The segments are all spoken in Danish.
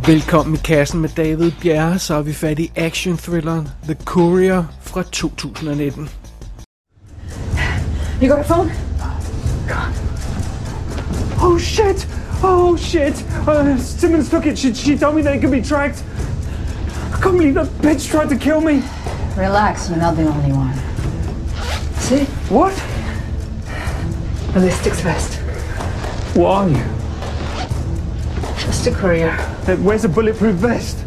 Velkommen i kassen med David Bjerre, så er vi fat i action-thrilleren The Courier fra 2019. You got a phone? God. Oh shit! Simmons took it. She told me that it could be tracked. I can't believe that bitch tried to kill me. Relax, you're not the only one. See? What? Ballistics vest. Why? Just a courier. Where's a bulletproof vest?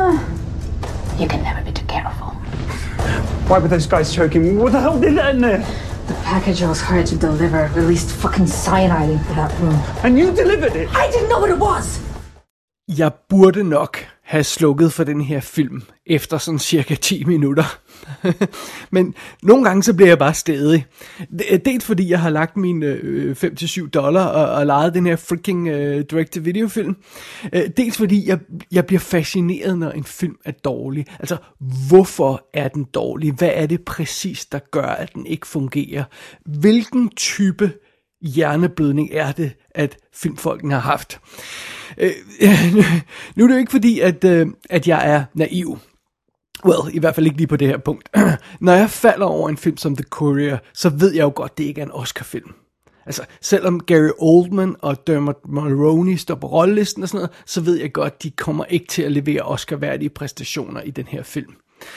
You can never be too careful. Why were those guys choking? What the hell did that in there? The package was hard to deliver. Released fucking cyanide into that room. And you delivered it? I didn't know what it was! Jeg burde nok have slukket for den her film efter sådan cirka 10 minutter. Men nogle gange så bliver jeg bare stædig. Dels fordi jeg har lagt mine $5-7 og lejet den her freaking direct-to-video film. Dels fordi jeg bliver fascineret, når en film er dårlig. Altså, hvorfor er den dårlig? Hvad er det præcis, der gør, at den ikke fungerer? Hvilken type hjerneblødning er det, at filmfolkene har haft? Nu er det jo ikke fordi, at jeg er naiv. Well, i hvert fald ikke lige på det her punkt. Når jeg falder over en film som The Courier, så ved jeg jo godt, at det ikke er en Oscar-film. Altså, selvom Gary Oldman og Dermot Mulroney står på rollelisten og sådan noget, så ved jeg godt, at de kommer ikke til at levere Oscar-værdige præstationer i den her film.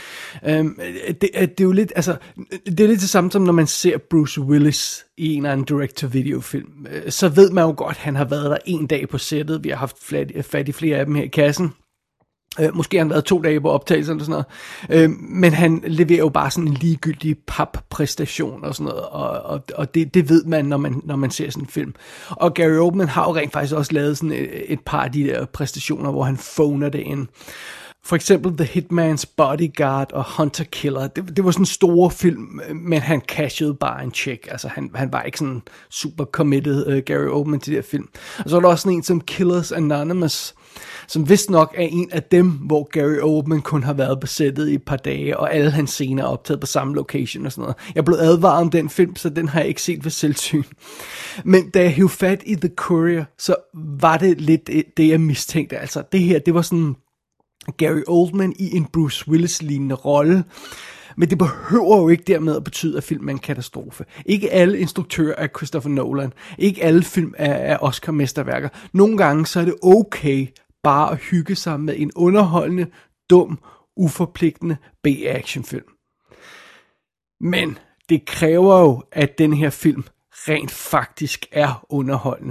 Det er jo lidt, altså, det er lidt det samme som når man ser Bruce Willis i en eller anden direct-to-video film. Så ved man jo godt, at han har været der en dag på sættet. Vi har haft fat i flere af dem her i kassen. Måske har han været 2 dage på optagelsen eller sådan noget. Men han leverer jo bare sådan en ligegyldig pap-præstation og sådan noget. Og det ved man, når man ser sådan en film. Og Gary Oldman har jo rent faktisk også lavet sådan et par af de der præstationer, hvor han phoner det ind. For eksempel The Hitman's Bodyguard og Hunter Killer. Det var sådan en store film, men han cashede bare en check. Altså han var ikke sådan super committed, Gary Oldman, til det her film. Og så er der også sådan en som Killers Anonymous, som vist nok er en af dem, hvor Gary Oldman kun har været besættet i et par dage, og alle hans scener er optaget på samme location og sådan noget. Jeg blev advaret om den film, så den har jeg ikke set ved selvsyn. Men da jeg hævde fat i The Courier, så var det lidt det, jeg mistænkte. Altså det her, det var sådan Gary Oldman i en Bruce Willis-lignende rolle. Men det behøver jo ikke dermed at betyde, at filmen er en katastrofe. Ikke alle instruktører er Christopher Nolan. Ikke alle film er Oscar-mesterværker. Nogle gange så er det okay bare at hygge sig med en underholdende, dum, uforpligtende B-actionfilm. Men det kræver jo, at den her film rent faktisk er underholdende.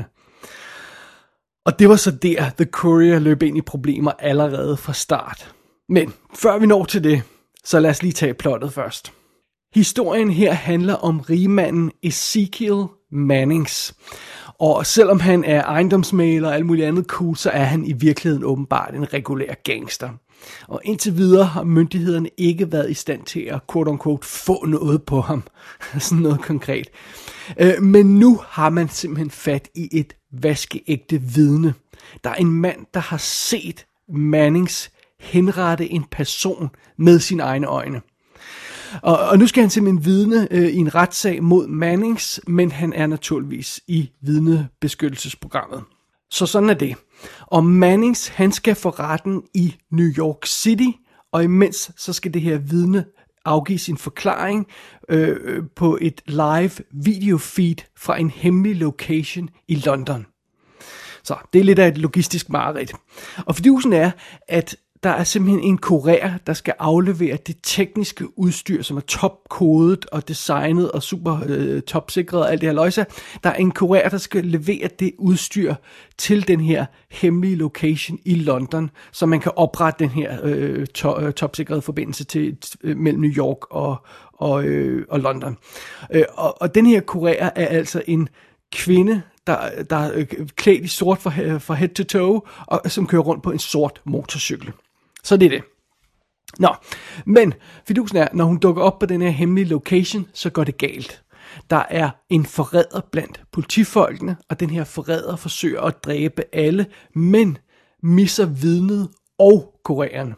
Og det var så der, The Courier løb ind i problemer allerede fra start. Men før vi når til det, så lad os lige tage plottet først. Historien her handler om rigmanden Ezekiel Mannings. Og selvom han er ejendomsmægler og alt muligt andet cool, så er han i virkeligheden åbenbart en regulær gangster. Og indtil videre har myndighederne ikke været i stand til at quote-unquote få noget på ham. Sådan noget konkret. Men nu har man simpelthen fat i et vaskeægte vidne. Der er en mand, der har set Mannings henrette en person med sine egne øjne. Og nu skal han simpelthen vidne i en retssag mod Mannings, men han er naturligvis i vidnebeskyttelsesprogrammet. Så sådan er det. Og Mannings, han skal for retten i New York City, og imens så skal det her vidne afgive sin forklaring på et live videofeed fra en hemmelig location i London. Så det er lidt af et logistisk mareridt. Og fidusen er, at der er simpelthen en kurer, der skal aflevere det tekniske udstyr, som er topkodet og designet og super topsikret og alt det her løjse. Der er en kurer, der skal levere det udstyr til den her hemmelige location i London, så man kan oprette den her topsikrede forbindelse til mellem New York og London. Og den her kurer er altså en kvinde, der er klædt i sort fra head to toe, og som kører rundt på en sort motorcykel. Så det er det. Nå, men fidusen er, når hun dukker op på den her hemmelige location, så går det galt. Der er en forræder blandt politifolkene, og den her forræder forsøger at dræbe alle, men misser vidnet og kureren.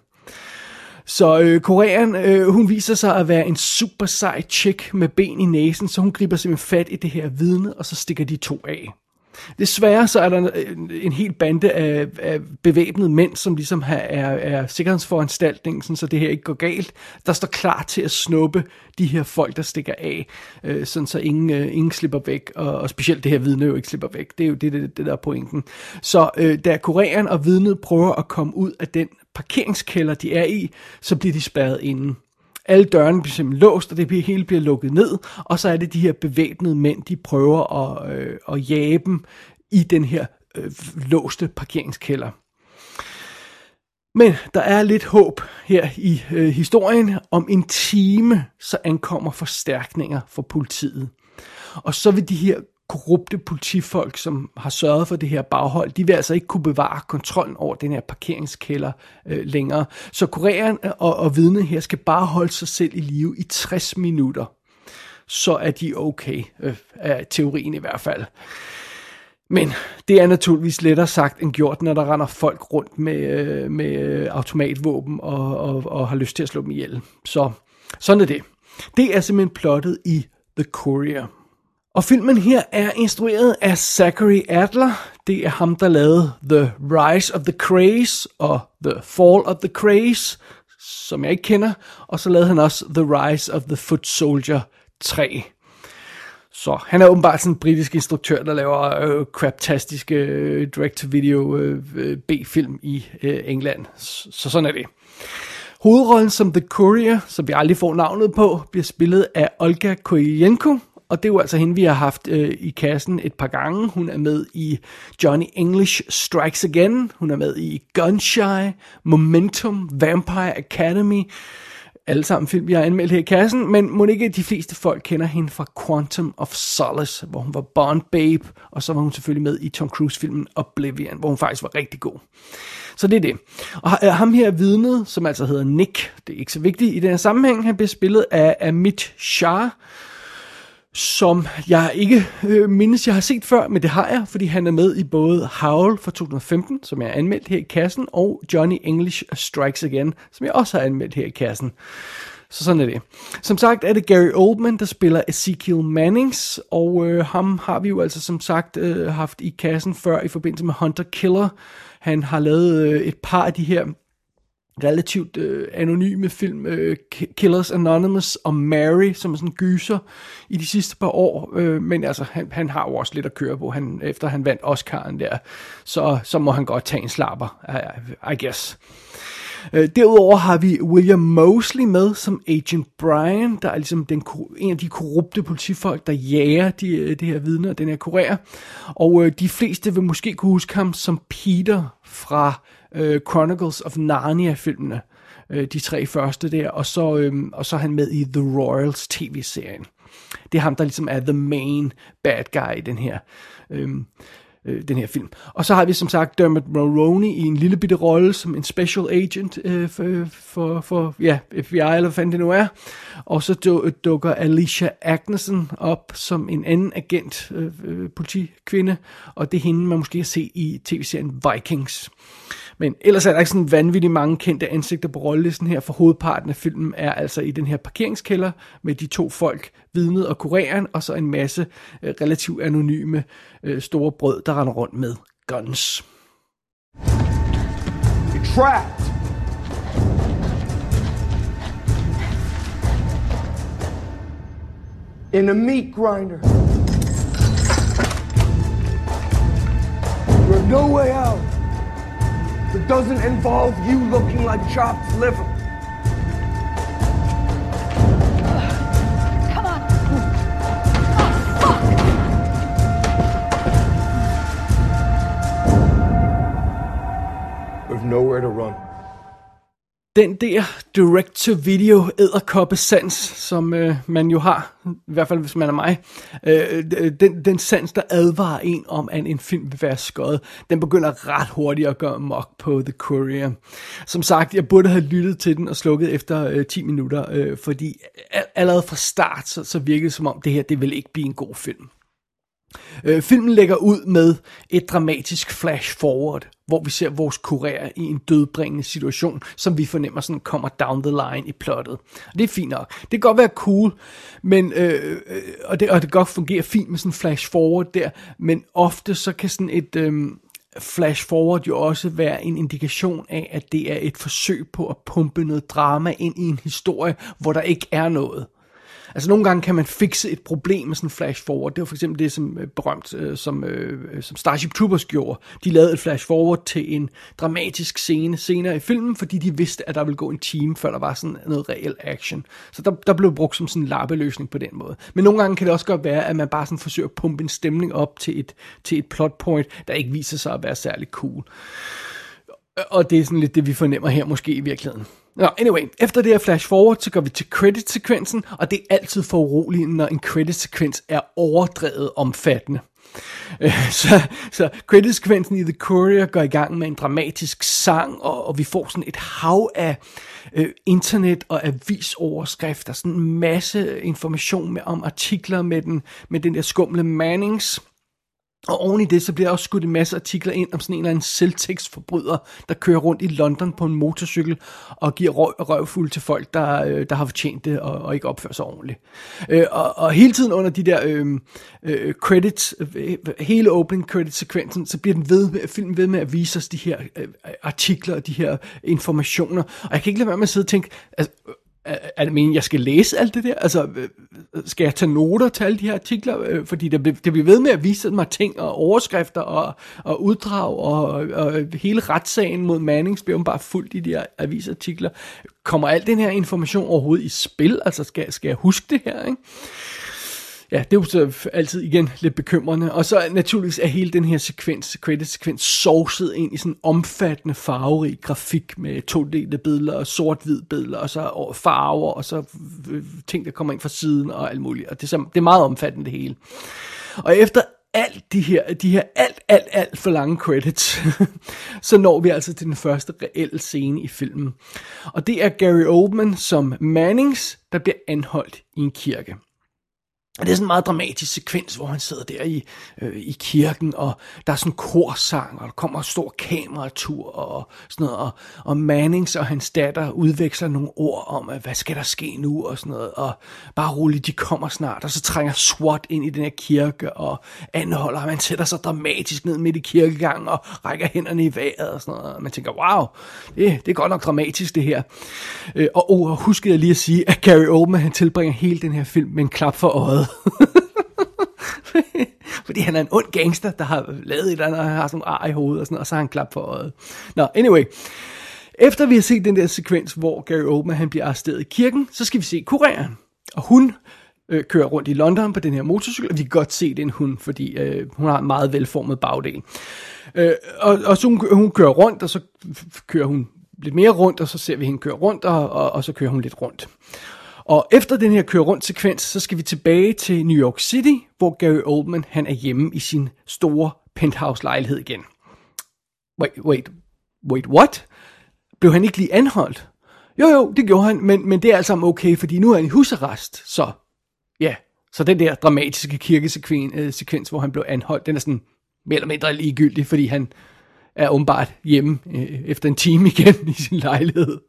Så kureren, hun viser sig at være en super sej chick med ben i næsen, så hun griber simpelthen fat i det her vidne, og så stikker de 2 af. Desværre så er der en hel bande af bevæbnede mænd, som ligesom er sikkerhedsforanstaltning, sådan så det her ikke går galt, der står klar til at snuppe de her folk, der stikker af, sådan så ingen slipper væk, og specielt det her vidne jo ikke slipper væk. Det er jo det der er pointen. Så da koreaneren og vidnet prøver at komme ud af den parkeringskælder, de er i, så bliver de spærret inde. Alle dørene bliver simpelthen låst, og det hele bliver lukket ned, og så er det de her bevæbnede mænd, de prøver at jage dem i den her låste parkeringskælder. Men der er lidt håb her i historien. Om en time, så ankommer forstærkninger fra politiet. Og så vil de her korrupte politifolk, som har sørget for det her baghold, de vil altså ikke kunne bevare kontrollen over den her parkeringskælder længere. Så koreaneren og vidnet her skal bare holde sig selv i live i 60 minutter. Så er de okay, af teorien i hvert fald. Men det er naturligvis lettere sagt end gjort, når der render folk rundt med automatvåben og har lyst til at slå dem ihjel. Så sådan er det. Det er simpelthen plottet i The Courier. Og filmen her er instrueret af Zachary Adler. Det er ham, der lavede The Rise of the Krays og The Fall of the Krays, som jeg ikke kender. Og så lavede han også The Rise of the Foot Soldier 3. Så han er åbenbart sådan en britisk instruktør, der laver craptastiske direct-to-video B-film i England. Så sådan er det. Hovedrollen som The Courier, som vi aldrig får navnet på, bliver spillet af Olga Kurylenko. Og det er jo altså hende, vi har haft i kassen et par gange. Hun er med i Johnny English Strikes Again. Hun er med i Gunshy, Momentum, Vampire Academy. Alle sammen film, vi har anmeldt her i kassen. Men må ikke de fleste folk kender hende fra Quantum of Solace, hvor hun var Bond Babe. Og så var hun selvfølgelig med i Tom Cruise-filmen Oblivion, hvor hun faktisk var rigtig god. Så det er det. Og ham her vidnet, som altså hedder Nick, det er ikke så vigtigt i den her sammenhæng, han bliver spillet af Amit Shah, som jeg ikke mindes, jeg har set før, men det har jeg, fordi han er med i både Howl fra 2015, som jeg har anmeldt her i kassen, og Johnny English Strikes Again, som jeg også har anmeldt her i kassen. Så sådan er det. Som sagt er det Gary Oldman, der spiller Ezekiel Mannings, og ham har vi jo altså som sagt haft i kassen før i forbindelse med Hunter Killer. Han har lavet et par af de her relativt anonyme film, Killers Anonymous og Mary, som er sådan en gyser i de sidste par år, men altså han har jo også lidt at køre på, efter han vandt Oscar'en der, så må han godt tage en slapper, I guess. Derudover har vi William Moseley med som Agent Brian, der er ligesom en af de korrupte politifolk, der jager det her vidne og den her kurer. Og de fleste vil måske kunne huske ham som Peter fra Chronicles of Narnia-filmene, de 3 første der, og så er han med i The Royals tv-serien. Det er ham, der ligesom er the main bad guy i den her film. Og så har vi som sagt Dermot Mulroney i en lille bitte rolle som en special agent for FBI, eller hvad fanden det nu er. Og så dukker Alicia Agneson op som en anden agent, politikvinde, og det er hende, man måske har set i tv-serien Vikings. Men ellers er der ikke sådan vanvittigt mange kendte ansigter på rollelisten her, for hovedparten af filmen er altså i den her parkeringskælder med de 2 folk, vidnet og kureren, og så en masse relativt anonyme store brød, der render rundt med guns. You're trapped. In a meat grinder. You have no way out. It doesn't involve you looking like chopped liver. Come on. Oh, fuck! There's nowhere to run. Den der direct-to-video edderkoppesans, som man jo har, i hvert fald hvis man er mig, den sans, der advarer en om, at en film vil være skød, den begynder ret hurtigt at gøre mok på The Courier. Som sagt, jeg burde have lyttet til den og slukket efter 10 minutter, fordi allerede fra start, så virkede det som om, det her, det vil ikke blive en god film. Filmen lægger ud med et dramatisk flash forward, hvor vi ser vores kurér i en dødbringende situation, som vi fornemmer sådan kommer down the line i plottet. Og det er fint nok. Det kan godt være cool, men, og det kan godt fungere fint med sådan en flash forward der, men ofte så kan sådan et flash forward jo også være en indikation af, at det er et forsøg på at pumpe noget drama ind i en historie, hvor der ikke er noget. Altså nogle gange kan man fikse et problem med sådan en flash forward. Det var for eksempel det, som berømt, som Starship Troopers gjorde. De lavede et flash forward til en dramatisk scene senere i filmen, fordi de vidste, at der ville gå en time, før der var sådan noget reel action. Så der blev brugt som sådan en lappeløsning på den måde. Men nogle gange kan det også godt være, at man bare sådan forsøger at pumpe en stemning op til et plot point, der ikke viser sig at være særlig cool. Og det er sådan lidt det, vi fornemmer her måske i virkeligheden. Nå, anyway, efter det her flash forward, så går vi til credit-sekvensen, og det er altid for uroligende, når en credit-sekvens er overdrevet omfattende. Så credit-sekvensen i The Courier går i gang med en dramatisk sang, og vi får sådan et hav af internet- og avisoverskrifter, sådan en masse information om artikler med den der skumle Mannings. Og oven i det, så bliver der også skudt en masse artikler ind om sådan en eller anden selvtægtsforbryder, der kører rundt i London på en motorcykel og giver røvfuld til folk, der har fortjent det og ikke opfører sig ordentligt. Og hele tiden under de der credits, hele opening credit-sekvensen, så bliver filmen ved med at vise os de her artikler og de her informationer. Og jeg kan ikke lade være med at sidde og tænke, altså, er det meningen, jeg skal læse alt det der? Altså, skal jeg tage noter til alle de her artikler? Fordi det bliver ved med at vise mig ting og overskrifter og uddrag og hele retssagen mod Mannings bliver bare fuldt i de her avisartikler. Kommer al den her information overhovedet i spil? Altså, skal jeg huske det her, ikke? Ja, det er jo så altid igen lidt bekymrende. Og så naturligvis er hele den her credit-sekvens sovset ind i sådan en omfattende farverig grafik med 2D billeder og sort-hvid billeder, og så farver, og så ting, der kommer ind fra siden og alt muligt. Og det er meget omfattende det hele. Og efter alt de her alt for lange credits, så når vi altså til den første reelle scene i filmen. Og det er Gary Oldman som Mannings, der bliver anholdt i en kirke. Og det er sådan en meget dramatisk sekvens, hvor han sidder der i kirken, og der er sådan en korsang, og der kommer en stor kameratur og sådan noget, og Mannings og hans datter udveksler nogle ord om, hvad skal der ske nu, og sådan noget, og bare roligt, de kommer snart, og så trænger SWAT ind i den her kirke, og anholder, og man sætter sig dramatisk ned midt i kirkegangen, og rækker hænderne i vejret, og sådan noget, og man tænker, wow, det er godt nok dramatisk det her. Og huskede jeg lige at sige, at Gary Oldman, han tilbringer hele den her film med en klap for øjet. Fordi han er en ond gangster, der har lavet et eller andet, og han har sådan nogle ar i hovedet og sådan noget, og så har han klap for øjet. Nå, anyway. Efter vi har set den der sekvens, hvor Gary Oldman han bliver arresteret i kirken, så skal vi se kureren. Og hun kører rundt i London på den her motorcykel, og vi kan godt se, det er en hund, fordi hun har en meget velformet bagdel. Og så hun kører rundt, og så kører hun lidt mere rundt, og så ser vi hende køre rundt, og så kører hun lidt rundt. Og efter den her køre rundt sekvens, så skal vi tilbage til New York City, hvor Gary Oldman han er hjemme i sin store penthouse lejlighed igen. Wait, what? Blev han ikke lige anholdt? Jo, det gjorde han, men det er altså okay, fordi nu er han i husarrest. Så den der dramatiske kirkesekvens, hvor han blev anholdt, den er sådan mere eller mindre ligegyldig, fordi han er åbenbart hjemme efter en time igen i sin lejlighed.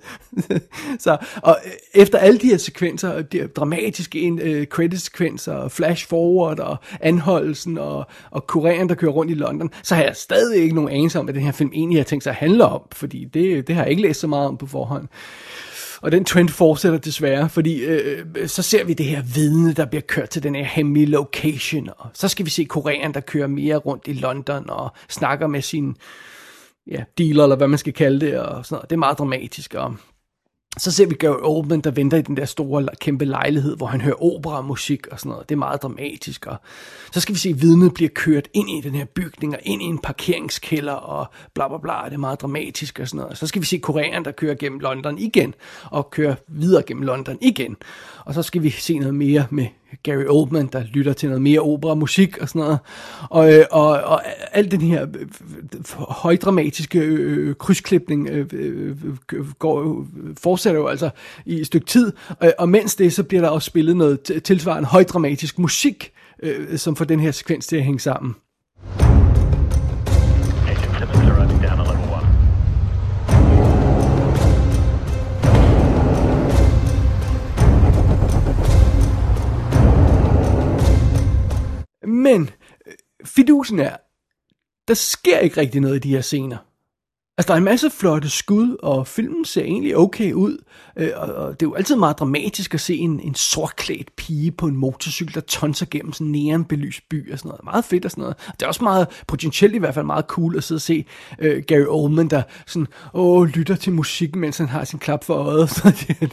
Og efter alle de her sekvenser, de dramatiske credit-sekvenser, flash forward og anholdelsen og kureren, der kører rundt i London, så har jeg stadig ikke nogen anelse om, hvad den her film egentlig har tænkt sig at handle om, fordi det har jeg ikke læst så meget om på forhånd. Og den trend fortsætter desværre, fordi så ser vi det her vidne, der bliver kørt til den her hemmelige location, og så skal vi se kureren, der kører mere rundt i London og snakker med sin dealer, eller hvad man skal kalde det, og sådan noget. Det er meget dramatisk, og så ser vi Gary Oldman, der venter i den der store, kæmpe lejlighed, hvor han hører operamusik og sådan noget. Det er meget dramatisk, og så skal vi se vidnet bliver kørt ind i den her bygning, og ind i en parkeringskælder, og bla bla bla, det er meget dramatisk og sådan noget. Så skal vi se kureren, der kører gennem London igen, og kører videre gennem London igen. Og så skal vi se noget mere med Gary Oldman, der lytter til noget mere operamusik og sådan noget. Og al den her højdramatiske krydsklipning fortsætter jo altså i et stykke tid. Og mens det, så bliver der også spillet noget tilsvarende højdramatisk musik som får den her sekvens til at hænge sammen. Agent Simmons arriving down at level 1. Men fidusen er, der sker ikke rigtig noget i de her scener. Altså, der er en masse flotte skud, og filmen ser egentlig okay ud. Og det er jo altid meget dramatisk at se en sortklædt pige på en motorcykel, der tonser gennem sådan en neonbelyst by og sådan noget. Meget fedt og sådan noget. Det er også meget, potentielt i hvert fald meget cool at sidde og se Gary Oldman, der sådan, lytter til musikken, mens han har sin klap for øjet. Så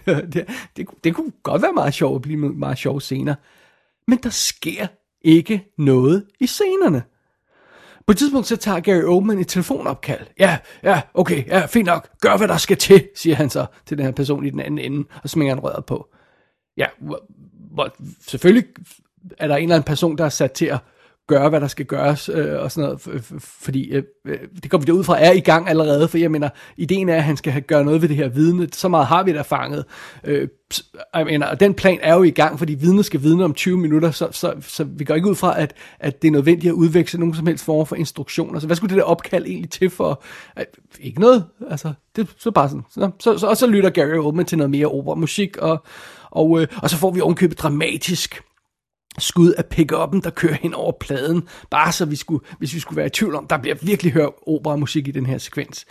det kunne godt være meget sjovt at blive meget sjove scener. Men der sker ikke noget i scenerne. På et tidspunkt så tager Gary Oldman et telefonopkald. Ja, okay, ja, fint nok. Gør, hvad der skal til, siger han så til den her person i den anden ende, og smænger han røret på. Ja, selvfølgelig er der en eller anden person, der er sat til at gøre, hvad der skal gøres, og sådan noget, fordi det går vi derud fra er i gang allerede, for jeg mener, ideen er, at han skal gøre noget ved det her vidne, så meget har vi da fanget. Jeg mener, den plan er jo i gang, fordi vidnet skal vidne om 20 minutter, så vi går ikke ud fra, at det er nødvendigt at udveksle nogen som helst form for instruktioner. Så hvad skulle det der opkald egentlig til for? Ikke noget, altså, det så bare sådan. Så lytter Gary Oldman til noget mere operamusik, og så får vi ovenkøbet dramatisk skud af pick-up'en, der kører hen over pladen, bare så hvis vi skulle være i tvivl om, der bliver virkelig hørt operamusik i den her sekvens.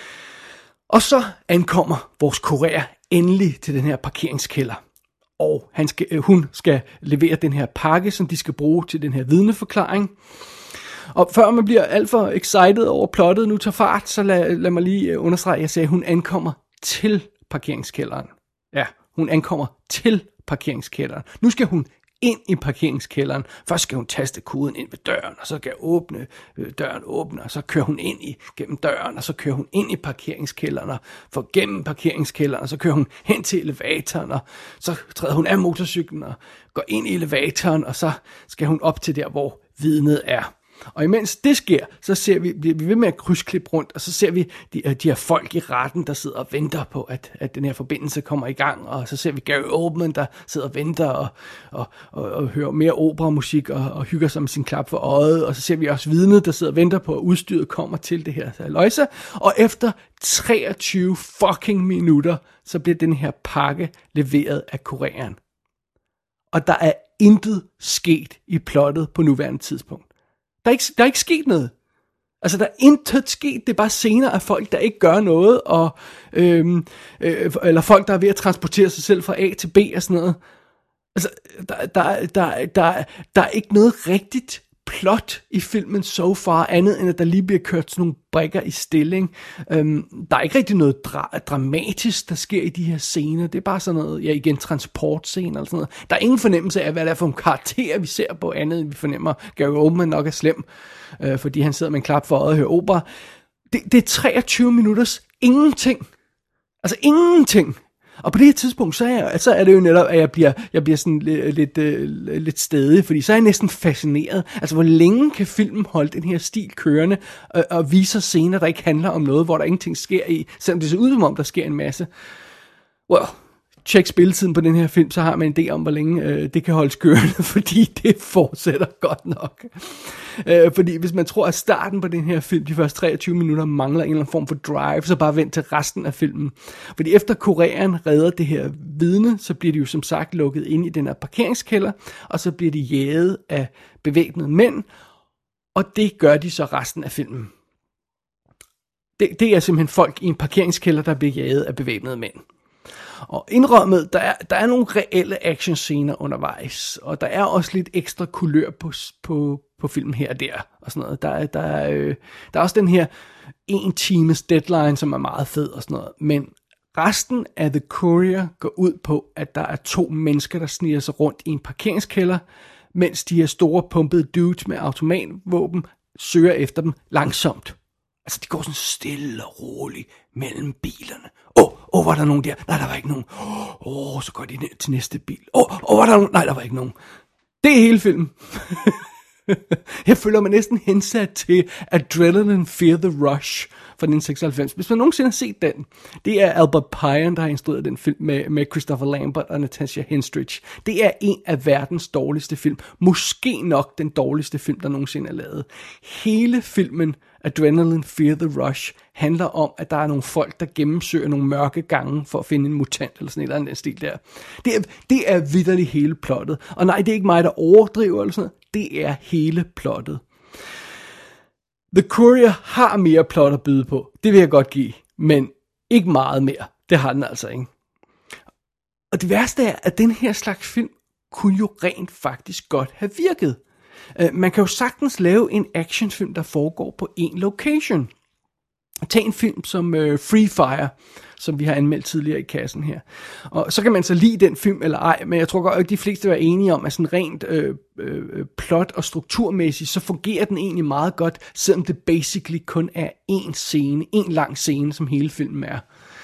Og så ankommer vores kurér endelig til den her parkeringskælder, og hun skal levere den her pakke, som de skal bruge til den her vidneforklaring. Og før man bliver alt for excited over plottet nu tager fart, så lad mig lige understrege, at jeg sagde, at hun ankommer til parkeringskælderen. Ja, hun ankommer til parkeringskælderen. Nu skal hun ind i parkeringskælderen. Først skal hun taste koden ind ved døren, og så kan døren åbne, og så kører hun ind gennem døren, og så kører hun ind i parkeringskælderen, og får gennem parkeringskælderen, og så kører hun hen til elevatoren, og så træder hun af motorcyklen og går ind i elevatoren, og så skal hun op til der, hvor vidnet er. Og imens det sker, så ser bliver vi ved med at krydsklippe rundt, og så ser vi de her folk i retten, der sidder og venter på, at den her forbindelse kommer i gang, og så ser vi Gary Oldman, der sidder og venter og hører mere operamusik og hygger sig med sin klap for øjet, og så ser vi også vidnet, der sidder og venter på, at udstyret kommer til det her halløjsa, og efter 23 fucking minutter, så bliver den her pakke leveret af kureren. Og der er intet sket i plottet på nuværende tidspunkt. Der er ikke sket noget. Altså, der er intet sket. Det er bare scener af folk, der ikke gør noget, og, eller folk, der er ved at transportere sig selv fra A til B og sådan noget. Altså, der er ikke noget rigtigt plot i filmen so far, andet end at der lige bliver kørt sådan nogle brikker i stilling. Der er ikke rigtig noget dramatisk, der sker i de her scener. Det er bare sådan noget, igen, transportscener eller sådan noget. Der er ingen fornemmelse af, hvad det er for en karakter, vi ser på, andet end vi fornemmer, Gary Oldman nok er slem, fordi han sidder med en klap for øjet og hører opera. Det er 23 minutters ingenting. Altså ingenting. Og på det her tidspunkt, så er det jo netop, at jeg bliver sådan lidt stædig, fordi så er jeg næsten fascineret. Altså, hvor længe kan filmen holde den her stil kørende, og vise scener, der ikke handler om noget, hvor der ingenting sker i, selvom det ser ud som om, der sker en masse. Well, tjek spilletiden på den her film, så har man en idé om, hvor længe det kan holdes kørende, fordi det fortsætter godt nok. Fordi hvis man tror, at starten på den her film, de første 23 minutter, mangler en eller anden form for drive, så bare vent til resten af filmen. Fordi efter kureren redder det her vidne, så bliver de jo som sagt lukket ind i den her parkeringskælder, og så bliver de jaget af bevæbnede mænd, og det gør de så resten af filmen. Det er simpelthen folk i en parkeringskælder, der bliver jaget af bevæbnede mænd. Og indrømmet, der er nogle reelle actionscener undervejs, og der er også lidt ekstra kulør på filmen her og der, og sådan noget. Der er også den her 1 times deadline, som er meget fed og sådan noget, men resten af The Courier går ud på, at der er 2 mennesker, der sniger sig rundt i en parkeringskælder, mens de her store pumpede dudes med automatvåben søger efter dem langsomt. Altså, de går sådan stille og roligt mellem bilerne. Var der nogen der? Nej, der var ikke nogen. Så går de ned til næste bil. Var der nogen? Nej, der var ikke nogen. Det er hele filmen. Jeg føler mig næsten hensat til Adrenaline Fear the Rush fra 1996. Hvis man nogensinde har set den, det er Albert Pyun, der har instrueret den film med Christopher Lambert og Natasha Henstridge. Det er en af verdens dårligste film. Måske nok den dårligste film, der nogensinde er lavet. Hele filmen Adrenaline Fear the Rush handler om, at der er nogle folk, der gennemsøger nogle mørke gange for at finde en mutant eller sådan et eller andet stil der. Det er vitterligt hele plottet. Og nej, det er ikke mig, der overdriver eller sådan noget. Det er hele plottet. The Courier har mere plot at byde på. Det vil jeg godt give. Men ikke meget mere. Det har den altså ikke. Og det værste er, at den her slags film kunne jo rent faktisk godt have virket. Man kan jo sagtens lave en actionfilm, der foregår på en location. Tag en film som Free Fire, som vi har anmeldt tidligere i kassen her. Og så kan man så lide den film eller ej, men jeg tror godt, at de fleste er enige om, at sådan rent plot og strukturmæssigt, så fungerer den egentlig meget godt, selvom det basically kun er en lang scene, som hele filmen er.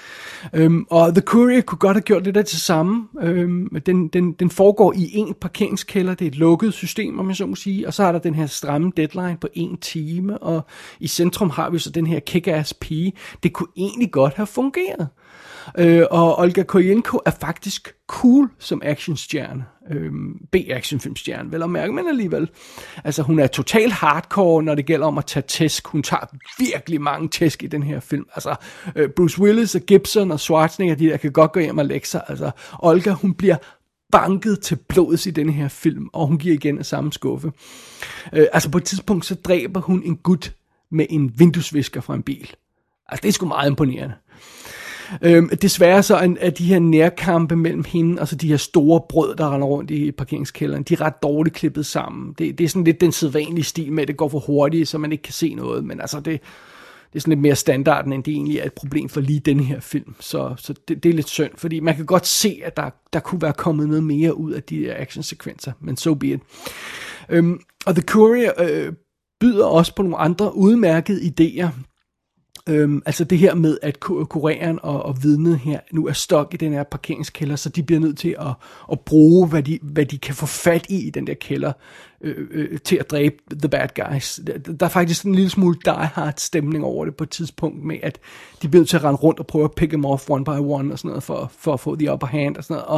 Og The Courier kunne godt have gjort det der til samme. Den foregår i en parkeringskælder. Det er et lukket system, om jeg så må sige. Og så er der den her stramme deadline på 1 time. Og i centrum har vi så den her kick-ass pige. Det kunne egentlig godt have fungeret. Og Olga Kurylenko er faktisk cool som actionstjerne. B-actionfilmstjerne, vel at mærke, men alligevel. Altså, hun er totalt hardcore, når det gælder om at tage tæsk. Hun tager virkelig mange tæsk i den her film. Altså, Bruce Willis og Gibson og Schwarzenegger, de der kan godt gå hjem og lægge sig. Altså, Olga, hun bliver banket til blods i den her film, og hun giver igen af samme skuffe. Altså, på et tidspunkt, så dræber hun en gut med en vinduesvisker fra en bil. Altså, det er sgu meget imponerende. Desværre så er de her nærkampe mellem hende og så de her store brød, der render rundt i parkeringskælderen, de er ret dårligt klippet sammen. Det er sådan lidt den sædvanlige stil med, at det går for hurtigt, så man ikke kan se noget, men altså det er sådan lidt mere standarden, end det egentlig er et problem for lige denne her film. Så det er lidt synd, fordi man kan godt se, at der kunne være kommet noget mere ud af de her actionsekvenser, men so be it. Og The Courier byder også på nogle andre udmærkede idéer. Altså det her med, at kureren og vidnet her nu er stok i den her parkeringskælder, så de bliver nødt til at bruge, hvad de kan få fat i den der kælder, til at dræbe the bad guys. Der er faktisk en lille smule Die Hard stemning over det på et tidspunkt med, at de bliver nødt til at rende rundt og prøve at pick them off one by one og sådan noget, for at få the upper hand og sådan noget. Og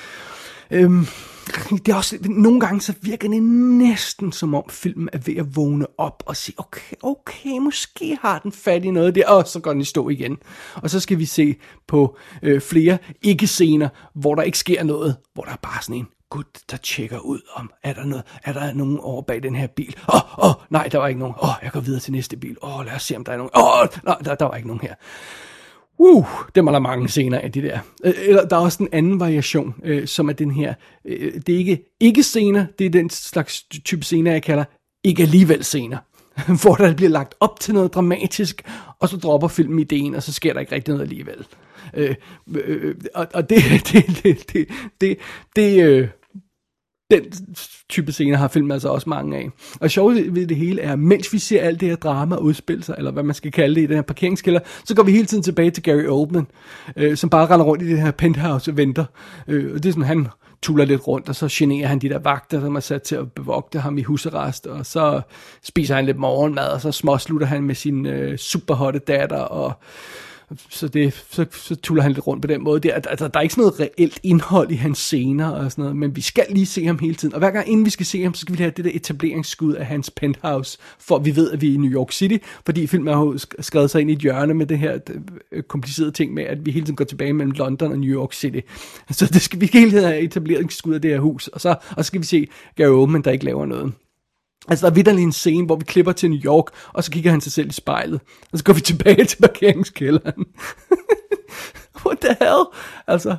det er også, nogle gange så virker det næsten som om filmen er ved at vågne op og sige, okay, måske har den fat i noget der, og så går den i stå igen. Og så skal vi se på flere ikke-scener, hvor der ikke sker noget, hvor der er bare sådan en gut, der tjekker ud om, er der nogen over bag den her bil? Nej, der var ikke nogen. Jeg går videre til næste bil. Lad os se, om der er nogen. Nej, der var ikke nogen her. Det var der mange scener af de der. Eller der er også en anden variation, som er den her. Det er ikke scener, det er den slags type scener, jeg kalder ikke alligevel scener. Hvor der bliver lagt op til noget dramatisk, og så dropper filmen ideen, og så sker der ikke rigtig noget alligevel. Og den type scener har filmen altså også mange af. Og sjovt ved det hele er, mens vi ser alt det her drama udspille sig, eller hvad man skal kalde det i den her parkeringskælder, så går vi hele tiden tilbage til Gary Oldman, som bare render rundt i det her penthouse og venter. Og det er sådan, han tuller lidt rundt, og så generer han de der vagter, som er sat til at bevogte ham i husarrest, og så spiser han lidt morgenmad, og så småslutter han med sin superhotte datter, og så tuller han lidt rundt på den måde. Der er ikke sådan noget reelt indhold i hans scener og sådan noget, men vi skal lige se ham hele tiden. Og hver gang inden vi skal se ham, så skal vi have det der etableringsskud af hans penthouse, for vi ved, at vi er i New York City, fordi filmen har jo skrevet sig ind i et hjørne med det her komplicerede ting med, at vi hele tiden går tilbage mellem London og New York City. Så vi skal hele tiden have etableringsskud af det her hus, og så skal vi se Gary Oldman, der ikke laver noget. Altså, der er vitterlig en scene, hvor vi klipper til New York, og så kigger han sig selv i spejlet. Og så går vi tilbage til parkeringskælderen. What the hell? Altså...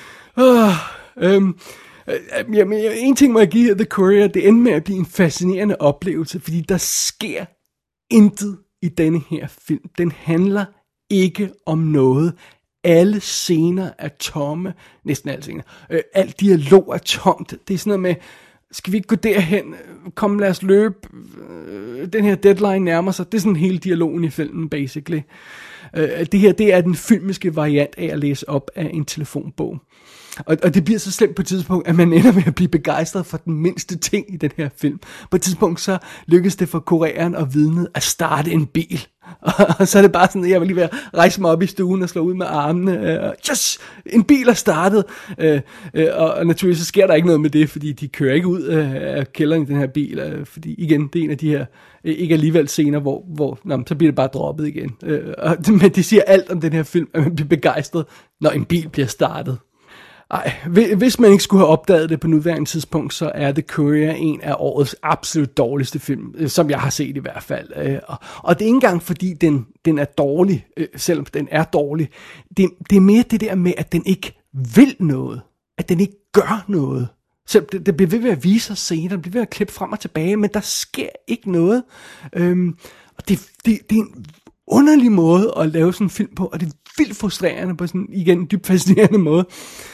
en ting må jeg give The Courier, det ender med at blive en fascinerende oplevelse, fordi der sker intet i denne her film. Den handler ikke om noget. Alle scener er tomme. Næsten alle scener. Al dialog er tomt. Det er sådan noget med... Skal vi ikke gå derhen? Kom, lad os løbe. Den her deadline nærmer sig. Det er sådan hele dialogen i filmen, basically. Det her, det er den filmiske variant af at læse op af en telefonbog. Og det bliver så slemt på et tidspunkt, at man ender med at blive begejstret for den mindste ting i den her film. På et tidspunkt så lykkes det for koreeren og vidnet at starte en bil. Og så er det bare sådan, at jeg vil lige være rejse mig op i stuen og slå ud med armene. Yes! En bil er startet. Og naturligvis så sker der ikke noget med det, fordi de kører ikke ud af kælderen i den her bil. Fordi igen, det er en af de her ikke alligevel scener, hvor så bliver det bare droppet igen. Men det siger alt om den her film, at man bliver begejstret, når en bil bliver startet. Ej, hvis man ikke skulle have opdaget det på nuværende tidspunkt, så er The Courier en af årets absolut dårligste film, som jeg har set i hvert fald. Og det er ikke engang fordi den er dårlig, selvom den er dårlig. Det er mere det der med, at den ikke vil noget. At den ikke gør noget. Så det bliver ved at vise sig scener, det bliver ved at klippe frem og tilbage, men der sker ikke noget. Og det er en underlig måde at lave sådan en film på, og det er vildt frustrerende på sådan, igen, en dybt fascinerende måde.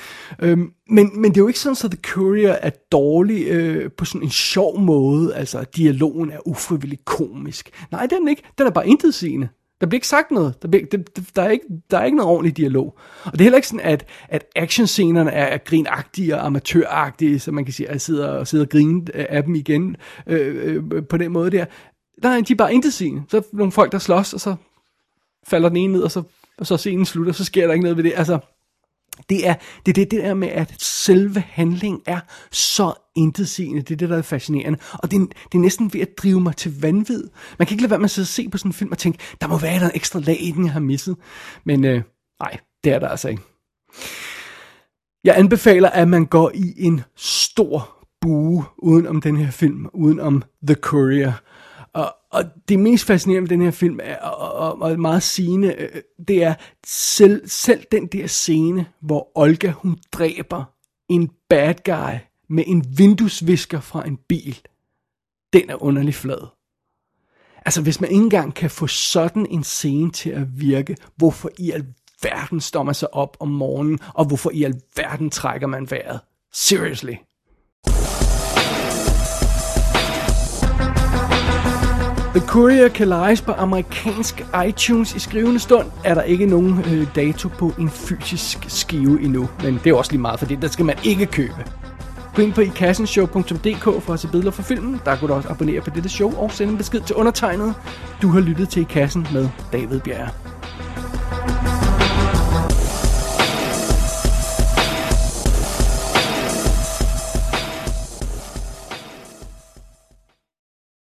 Men det er jo ikke sådan, at The Courier er dårlig på sådan en sjov måde. Altså, dialogen er ufrivilligt komisk. Nej, den er ikke. Den er bare intetsigende. Der bliver ikke sagt noget. Der er ikke noget ordentlig dialog. Og det er heller ikke sådan, at actionscenerne er grinagtige og amatøragtige, så man kan sige, at jeg sidder og griner af dem igen på den måde der. Nej, de er bare intetsigende. Så er nogle folk, der slås, og så falder den ene ned, og så scenen slutter, så sker der ikke noget ved det. Altså, det er det der med, at selve handlingen er så intetsigende. Det er det, der er fascinerende. Og det er næsten ved at drive mig til vanvid. Man kan ikke lade være med at sidde og se på sådan en film og tænke, der må være en ekstra lag i den, jeg har misset. Men nej, det er der altså ikke. Jeg anbefaler, at man går i en stor bue uden om den her film, uden om The Courier. Og det mest fascinerende ved den her film, og meget sigende, det er selv den der scene, hvor Olga, hun dræber en bad guy med en vinduesvisker fra en bil. Den er underlig flad. Altså, hvis man ikke engang kan få sådan en scene til at virke, hvorfor i alverden står man sig op om morgenen, og hvorfor i alverden trækker man vejret? Seriously. The Courier kan lejes på amerikansk iTunes. I skrivende stund er der ikke nogen dato på en fysisk skive endnu. Men det er også lige meget, for det der skal man ikke købe. Gå ind på ikassenshow.dk for at se billeder fra filmen. Der kan du også abonnere på dette show og sende en besked til undertegnet. Du har lyttet til I Kassen med David Bjerre.